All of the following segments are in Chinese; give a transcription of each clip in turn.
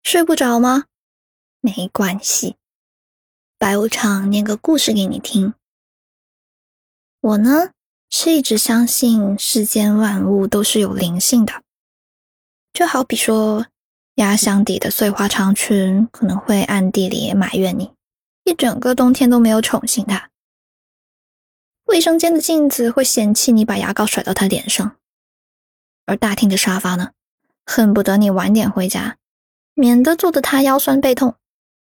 睡不着吗？没关系，白无常念个故事给你听。我呢，是一直相信世间万物都是有灵性的，就好比说压箱底的碎花长裙可能会暗地里埋怨你，一整个冬天都没有宠幸它。卫生间的镜子会嫌弃你把牙膏甩到他脸上，而大厅的沙发呢，恨不得你晚点回家，免得坐得他腰酸背痛。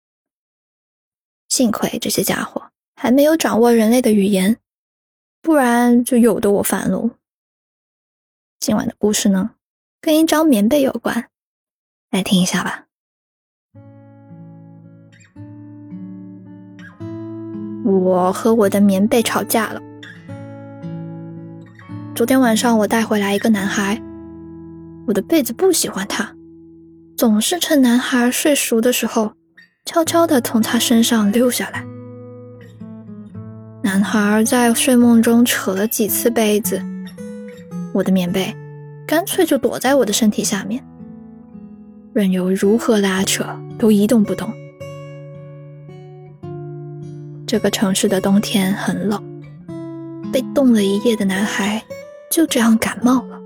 幸亏这些家伙还没有掌握人类的语言，不然就有得我烦喽。今晚的故事呢，跟一张棉被有关，来听一下吧。我和我的棉被吵架了。昨天晚上我带回来一个男孩，我的被子不喜欢他，总是趁男孩睡熟的时候悄悄地从他身上溜下来。男孩在睡梦中扯了几次被子，我的棉被干脆就躲在我的身体下面，任由如何拉扯都一动不动。这个城市的冬天很冷，被冻了一夜的男孩就这样感冒了。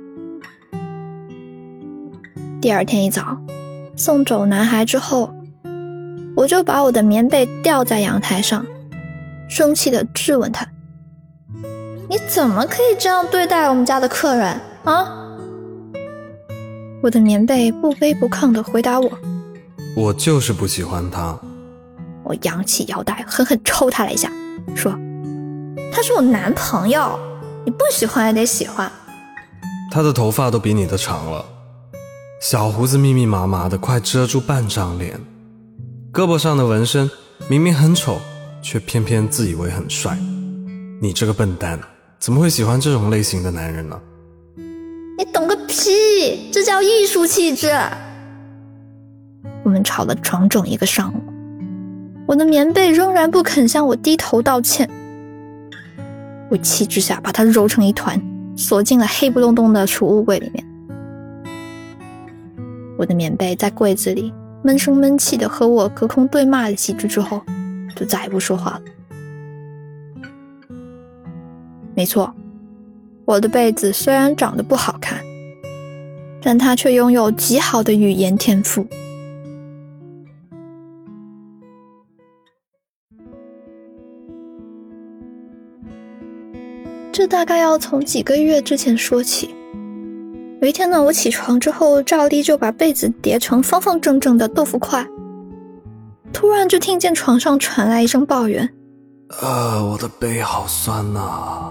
第二天一早，送走男孩之后，我就把我的棉被吊在阳台上，生气地质问他：你怎么可以这样对待我们家的客人啊？我的棉被不卑不亢地回答我： 我就是不喜欢他。 我扬起腰带狠狠抽他了一下，说：他是我男朋友，你不喜欢也得喜欢。 他的头发都比你的长了，小胡子密密麻麻的快遮住半张脸，胳膊上的纹身明明很丑，却偏偏自以为很帅。你这个笨蛋，怎么会喜欢这种类型的男人呢？ 你懂个屁，这叫艺术气质。我们吵了整整一个上午，我的棉被仍然不肯向我低头道歉。我气之下把它揉成一团，锁进了黑不隆咚的储物柜里面。我的棉被在柜子里闷声闷气的和我隔空对骂了几句之后，就再也不说话了。没错，我的被子虽然长得不好看，但它却拥有极好的语言天赋。这大概要从几个月之前说起。有一天呢，我起床之后照例就把被子叠成方方正正的豆腐块，突然就听见床上传来一声抱怨： 我的背好酸啊。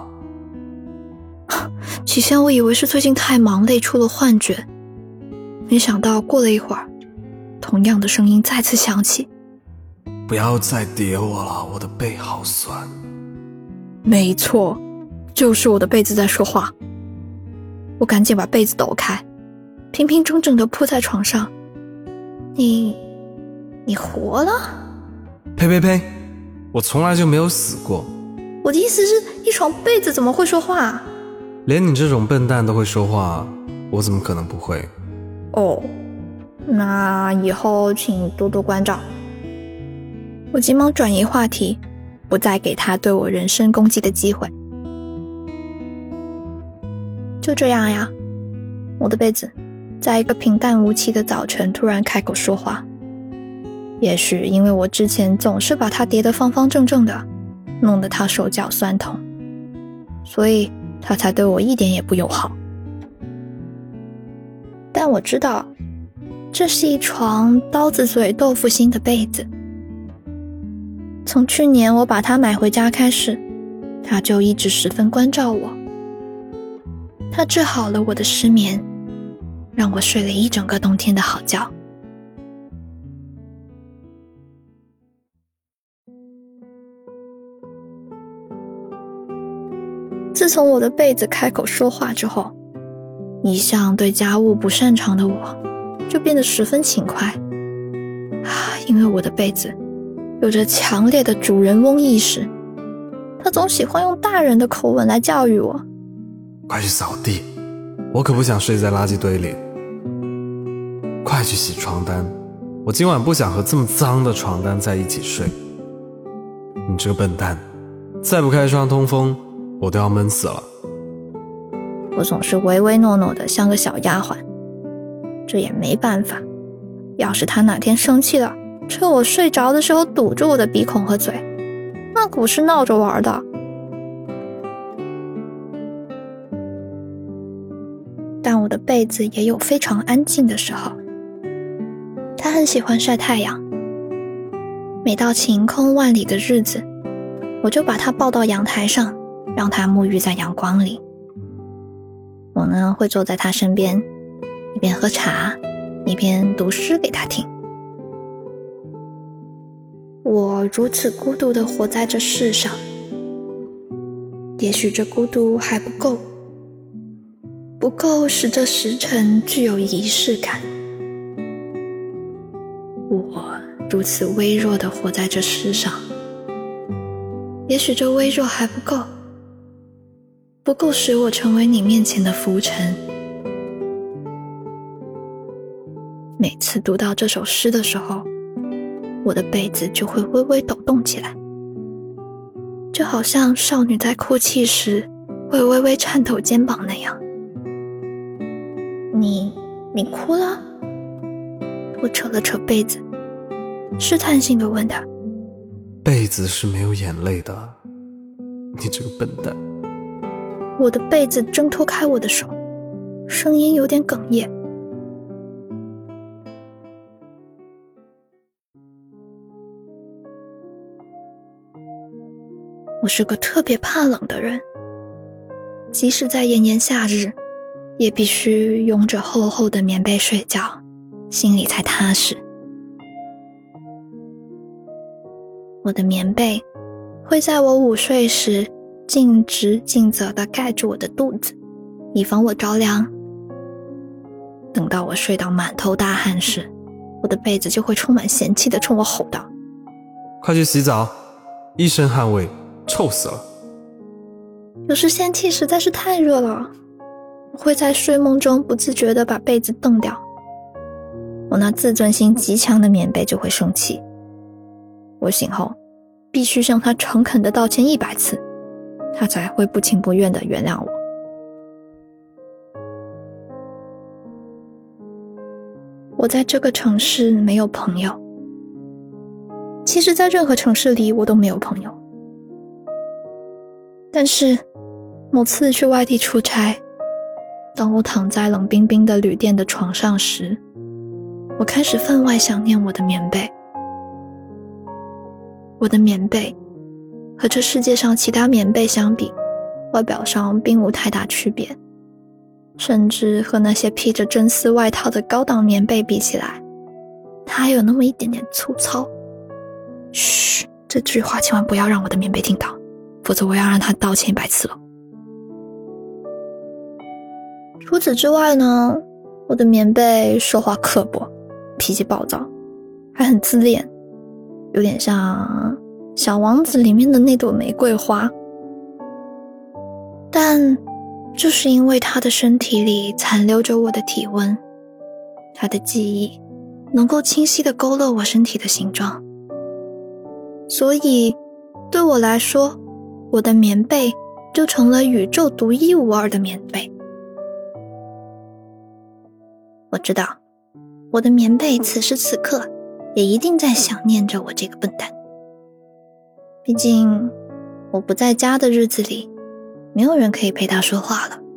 起先我以为是最近太忙累出了幻觉，没想到过了一会儿，同样的声音再次响起： 不要再叠我了，我的背好酸。 没错，就是我的被子在说话。我赶紧把被子抖开，平平整整地铺在床上。你活了？ 呸呸呸，我从来就没有死过。 我的意思是，一床被子怎么会说话？ 连你这种笨蛋都会说话，我怎么可能不会？ 哦，那以后请多多关照。我急忙转移话题，不再给他对我人身攻击的机会。就这样呀，我的被子在一个平淡无奇的早晨突然开口说话。也许因为我之前总是把它叠得方方正正的，弄得它手脚酸痛，所以它才对我一点也不友好。但我知道，这是一床刀子嘴豆腐心的被子。从去年我把它买回家开始，它就一直十分关照我。它治好了我的失眠，让我睡了一整个冬天的好觉。自从我的被子开口说话之后，一向对家务不擅长的我就变得十分勤快。因为我的被子有着强烈的主人翁意识，他总喜欢用大人的口吻来教育我。 快去扫地，我可不想睡在垃圾堆里。快去洗床单， 我今晚不想和这么脏的床单在一起睡。你这个笨蛋，再不开窗通风，我都要闷死了。 我总是唯唯诺诺的像个小丫鬟，这也没办法。要是他哪天生气了，趁我睡着的时候堵住我的鼻孔和嘴，那可不是闹着玩的。但我的被子也有非常安静的时候，他很喜欢晒太阳。每到晴空万里的日子，我就把他抱到阳台上，让他沐浴在阳光里。我呢，会坐在他身边，一边喝茶，一边读诗给他听。我如此孤独地活在这世上，也许这孤独还不够，不够使这时辰具有仪式感。我如此微弱地活在这世上，也许这微弱还不够，不够使我成为你面前的浮尘。每次读到这首诗的时候，我的被子就会微微抖动起来，就好像少女在哭泣时会微微颤抖肩膀那样。你哭了？我扯了扯被子，试探性地问他。 被子是没有眼泪的，你这个笨蛋。 我的被子挣脱开我的手，声音有点哽咽。我是个特别怕冷的人，即使在炎炎夏日，也必须拥着厚厚的棉被睡觉，心里才踏实。我的棉被会在我午睡时尽职尽责地盖住我的肚子，以防我着凉。等到我睡到满头大汗时，我的被子就会充满嫌弃地冲我吼道： 快去洗澡，一身汗味，臭死了。 有时天气实在是太热了，我会在睡梦中不自觉地把被子蹬掉。我那自尊心极强的棉被就会生气，我醒后必须向他诚恳地道歉100次，他才会不情不愿地原谅我。我在这个城市没有朋友，其实在任何城市里我都没有朋友。但是某次去外地出差，当我躺在冷冰冰的旅店的床上时，我开始分外想念我的棉被。我的棉被和这世界上其他棉被相比，外表上并无太大区别，甚至和那些披着真丝外套的高档棉被比起来，它还有那么一点点粗糙。嘘，这句话千万不要让我的棉被听到，否则我要让他道歉100次了。除此之外呢，我的棉被说话刻薄，脾气暴躁，还很自恋，有点像小王子里面的那朵玫瑰花。但就是因为他的身体里残留着我的体温，他的记忆能够清晰地勾勒我身体的形状，所以对我来说，我的棉被就成了宇宙独一无二的棉被。我知道我的棉被此时此刻也一定在想念着我这个笨蛋，毕竟我不在家的日子里，没有人可以陪他说话了。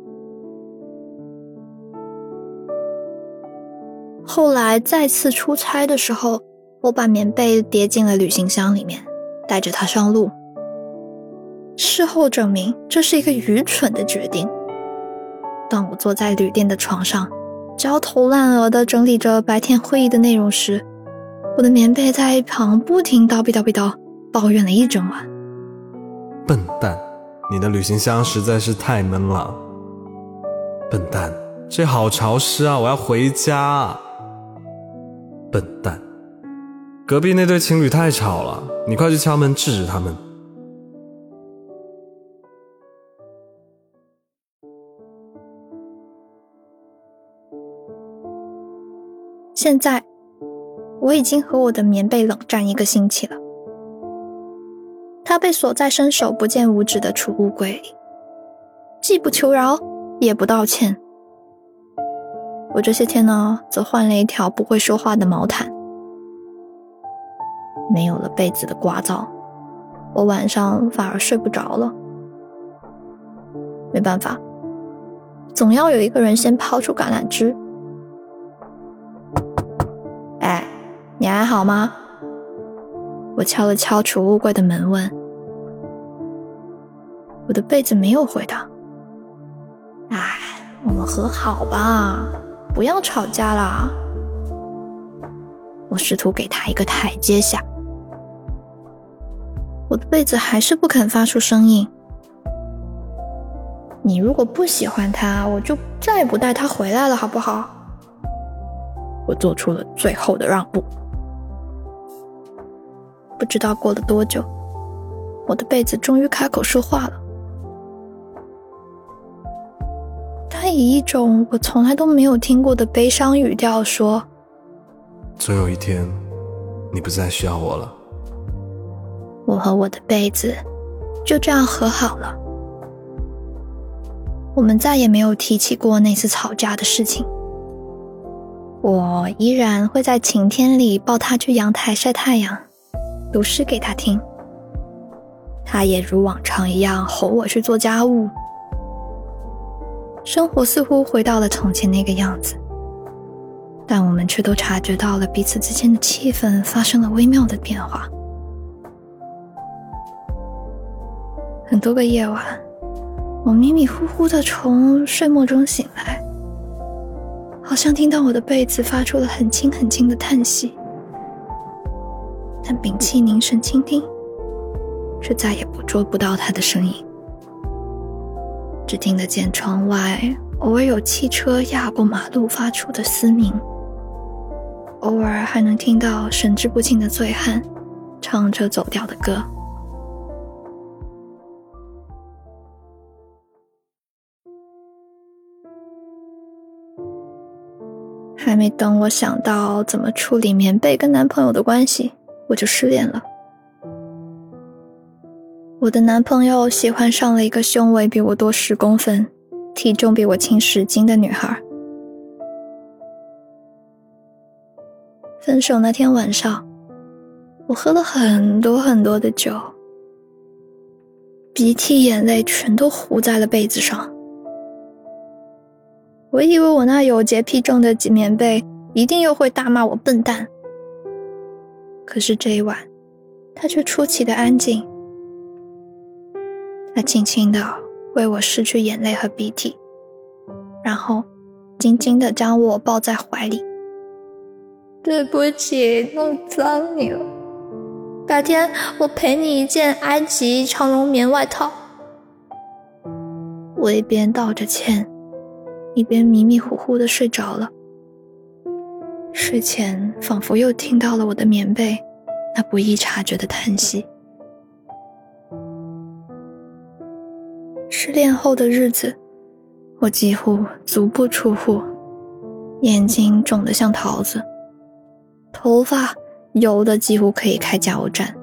后来再次出差的时候，我把棉被叠进了旅行箱里面，带着它上路。事后证明这是一个愚蠢的决定。当我坐在旅店的床上，焦头烂额地整理着白天会议的内容时，我的棉被在一旁不停叨逼叨逼叨抱怨了一整晚。 笨蛋，你的旅行箱实在是太闷了。笨蛋，这好潮湿啊，我要回家。笨蛋，隔壁那对情侣太吵了，你快去敲门制止他们。 现在我已经和我的棉被冷战1个星期了。它被锁在伸手不见五指的储物柜里，既不求饶，也不道歉。我这些天呢，则换了一条不会说话的毛毯。没有了被子的刮噪，我晚上反而睡不着了。没办法，总要有一个人先抛出橄榄枝。哎，你还好吗？我敲了敲储物柜的门问。我的被子没有回答。哎，我们和好吧，不要吵架啦。我试图给他一个台阶下。我的被子还是不肯发出声音。你如果不喜欢他，我就再也不带他回来了，好不好？我做出了最后的让步。不知道过了多久，我的被子终于开口说话了。他以一种我从来都没有听过的悲伤语调说： 总有一天，你不再需要我了。 我和我的被子就这样和好了。我们再也没有提起过那次吵架的事情。我依然会在晴天里抱他去阳台晒太阳，读诗给他听。他也如往常一样吼我去做家务。生活似乎回到了从前那个样子，但我们却都察觉到了彼此之间的气氛发生了微妙的变化。很多个夜晚，我迷迷糊糊地从睡梦中醒来，好像听到我的被子发出了很轻很轻的叹息，但屏气凝神倾听，却再也捕捉不到他的声音。只听得见窗外偶尔有汽车压过马路发出的嘶鸣，偶尔还能听到神志不清的醉汉唱着走调的歌。还没等我想到怎么处理棉被跟男朋友的关系，我就失恋了。我的男朋友喜欢上了一个胸围比我多10公分，体重比我轻10斤的女孩。分手那天晚上，我喝了很多很多的酒，鼻涕眼泪全都糊在了被子上。我以为我那有洁癖症的棉被一定又会大骂我笨蛋，可是这一晚，他却出奇的安静。他轻轻地为我拭去眼泪和鼻涕，然后紧紧地将我抱在怀里。对不起，弄脏你了。改天我赔你一件埃及长绒棉外套。我一边道着歉，一边迷迷糊糊地睡着了。睡前仿佛又听到了我的棉被那不易察觉的叹息。失恋后的日子，我几乎足不出户，眼睛肿得像桃子，头发油得几乎可以开加油站。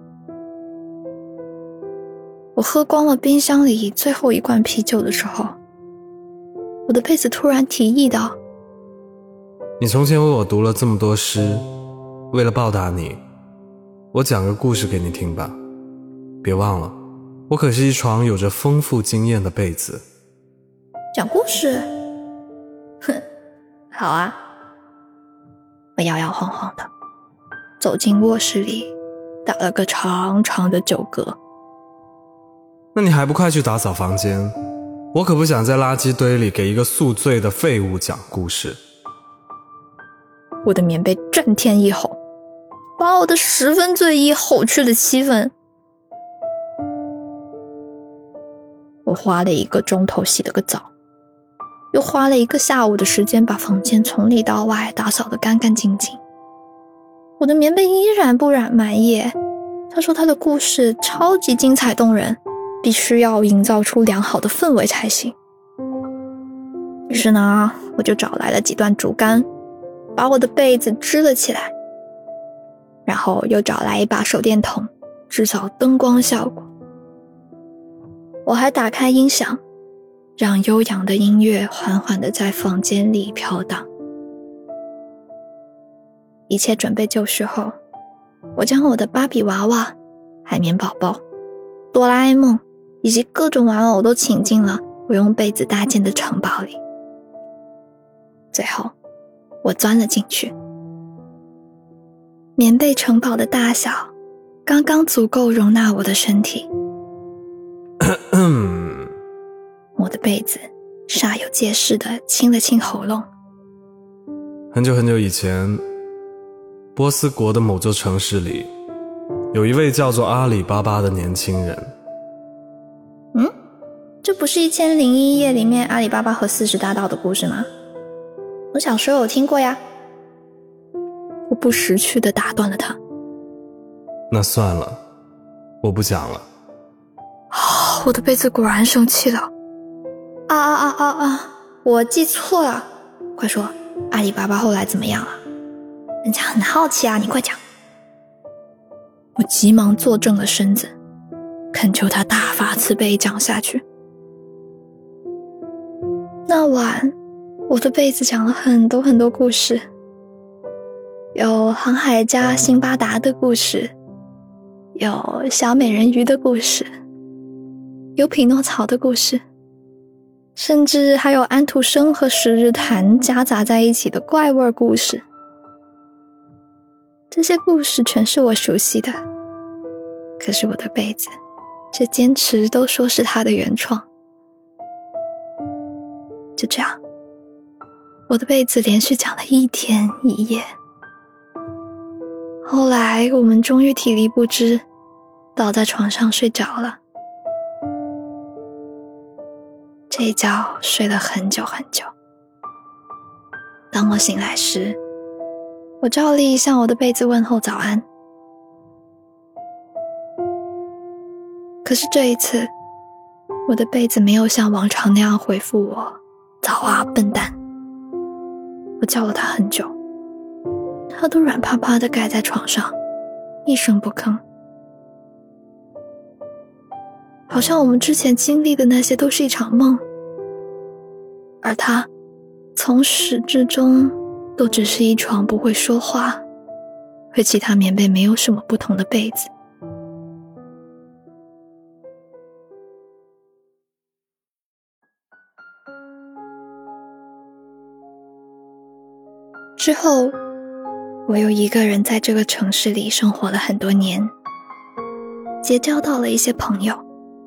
我喝光了冰箱里最后一罐啤酒的时候，我的被子突然提议道： 你从前为我读了这么多诗，为了报答你，我讲个故事给你听吧。别忘了，我可是一床有着丰富经验的被子。 讲故事？哼，好啊。我摇摇晃晃的走进卧室里，打了个长长的酒嗝。 那你还不快去打扫房间？我可不想在垃圾堆里给一个宿醉的废物讲故事。 我的棉被震天一吼，把我的10分醉意吼去了7分。我花了1个钟头洗了个澡，又花了1个下午的时间把房间从里到外打扫得干干净净。我的棉被依然不染满叶，他说他的故事超级精彩动人，必须要营造出良好的氛围才行。于是呢，我就找来了几段竹竿，把我的被子支了起来， 然后又找来一把手电筒，制造灯光效果。我还打开音响，让悠扬的音乐缓缓地在房间里飘荡。一切准备就绪后，我将我的芭比娃娃、海绵宝宝、哆啦 A 梦以及各种玩偶都请进了我用被子搭建的城堡里。最后，我钻了进去。棉被城堡的大小刚刚足够容纳我的身体。我的被子煞有介事地清了清喉咙。 很久很久以前，波斯国的某座城市里，有一位叫做阿里巴巴的年轻人。 这不是1001夜里面阿里巴巴和40大盗的故事吗？我小时候有听过呀。我不识趣地打断了他。 那算了，我不讲了。 我的被子果然生气了。我记错了。快说，阿里巴巴后来怎么样了？人家很好奇啊，你快讲。我急忙坐正了身子，恳求他大发慈悲讲下去。那晚，我的被子讲了很多很多故事，有航海家辛巴达的故事，有小美人鱼的故事，有匹诺曹的故事，甚至还有安徒生和十日谈夹杂在一起的怪味故事。这些故事全是我熟悉的，可是我的被子却坚持都说是他的原创。就这样，我的被子连续讲了1天1夜。后来我们终于体力不支，倒在床上睡着了。这一觉睡了很久很久。当我醒来时，我照例向我的被子问候早安。可是这一次，我的被子没有像往常那样回复我早啊笨蛋。我叫了他很久，他都软趴趴地盖在床上，一声不吭，好像我们之前经历的那些都是一场梦，而他从始至终都只是一床不会说话，和其他棉被没有什么不同的被子。之后，我又一个人在这个城市里生活了很多年，结交到了一些朋友。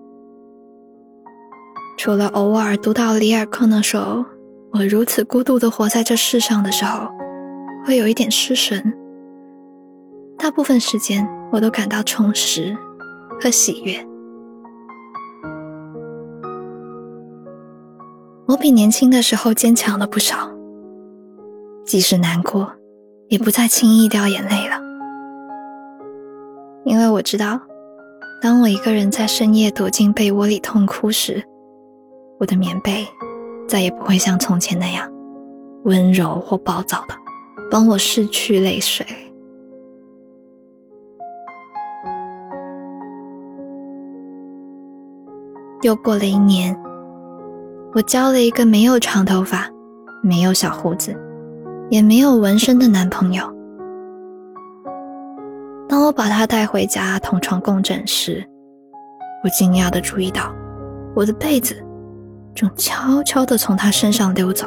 除了偶尔读到里尔克那首我如此孤独地活在这世上的时候，会有一点失神，大部分时间我都感到充实和喜悦。我比年轻的时候坚强了不少，即使难过，也不再轻易掉眼泪了。因为我知道，当我一个人在深夜躲进被窝里痛哭时，我的棉被再也不会像从前那样温柔或暴躁的帮我拭去泪水。又过了1年，我交了一个没有长头发、没有小胡子也没有纹身的男朋友。当我把他带回家同床共枕时，我惊讶地注意到我的被子正悄悄地从他身上溜走。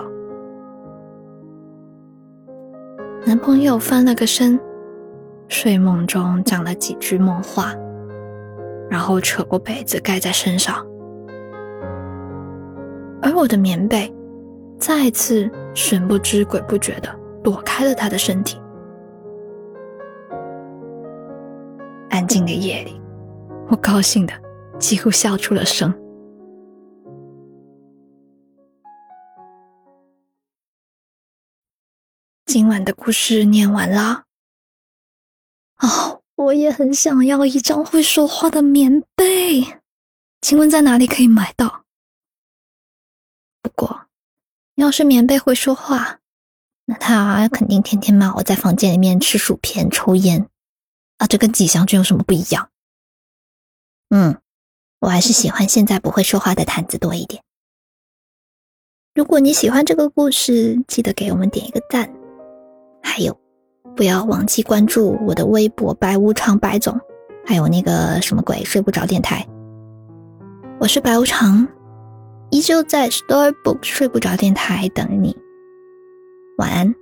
男朋友翻了个身，睡梦中讲了几句梦话，然后扯过被子盖在身上，而我的棉被再次神不知鬼不觉地躲开了他的身体。安静的夜里，我高兴得几乎笑出了声。今晚的故事念完了。我也很想要一张会说话的棉被，请问在哪里可以买到？不过，要是棉被会说话，那他肯定天天骂我在房间里面吃薯片、抽烟， 啊，这跟吉祥君有什么不一样？我还是喜欢现在不会说话的毯子多一点。如果你喜欢这个故事，记得给我们点一个赞。还有，不要忘记关注我的微博白无常白总，还有那个什么鬼睡不着电台。我是白无常，依旧在 Storybook 睡不着电台等你。晚安。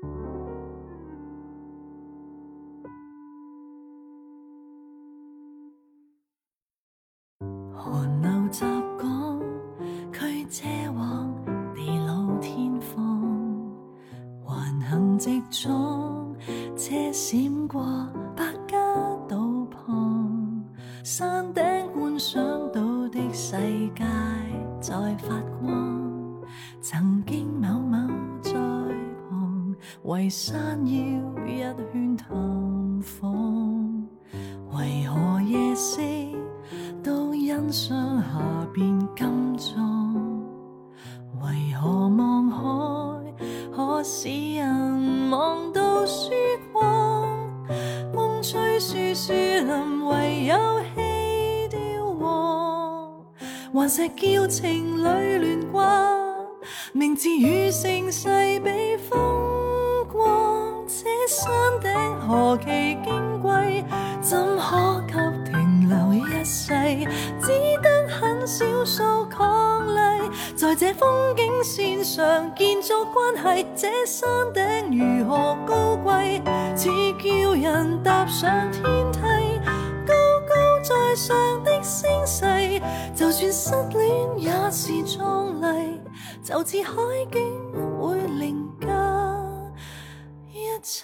寒流袭港，驱车往地老天荒，橫行直撞，車閃過百家島旁，山頂觀賞到的世界在發光，曾經某某在旁，為山要一圈探訪，為何夜色都欣賞下便金裝？為何望海可使人望到曙光？風吹樹樹林唯有氣雕黃，還是叫情侶亂掛，名字與盛世比風光。這山頂何其矜貴，怎可給停留一世？只得很少數伉儷，在這風景線上建築關係。這山頂如何高貴，似叫人踏上天梯。高高在上的聲勢，就算失戀也是壯麗，就似海景會凌駕一切。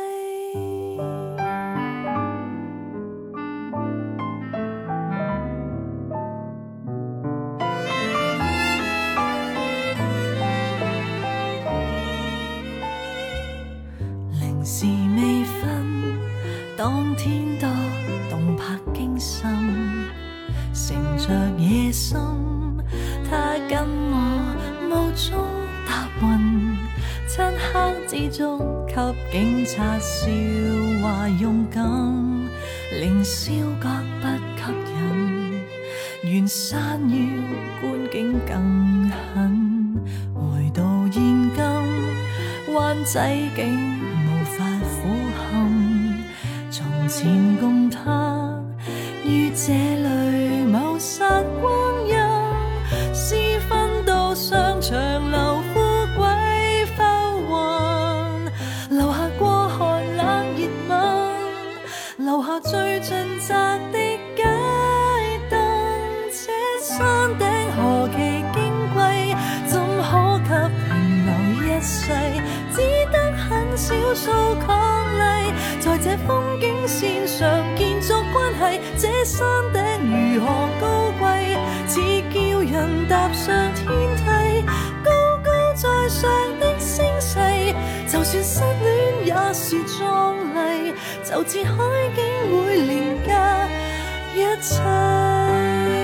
零時未瞓，當天多動魄驚心，乘着野心，他跟我霧中搭運，漆黑之中給警察笑話勇敢，凌霄閣不吸引，遠山要觀景更狠，回到現今灣仔景無法俯瞰，從前共他於這裏謀殺光陰，私分到商場留富貴浮雲，留下過寒冷熱吻，留下最盡責的街燈。這山頂何其矜貴，怎可給停留一世？只得很少數伉儷，在這風景線上建築關係。這山頂如何高貴，似叫人踏上天梯。高高在上的聲勢，就算失戀也是壯麗，就似海景會凌駕一切。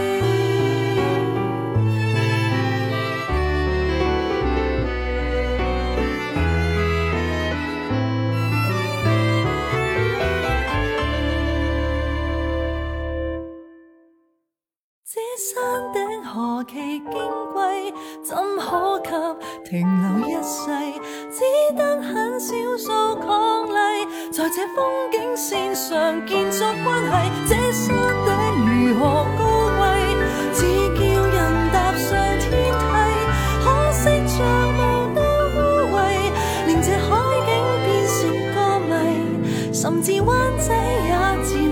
這山頂何其矜貴，怎可給停留一世？只得很少數伉儷，在這風景線上建築關係。這山頂如何高貴，似叫人踏上天梯。可惜像霧都污穢，令這海景變成個謎，甚至灣仔也自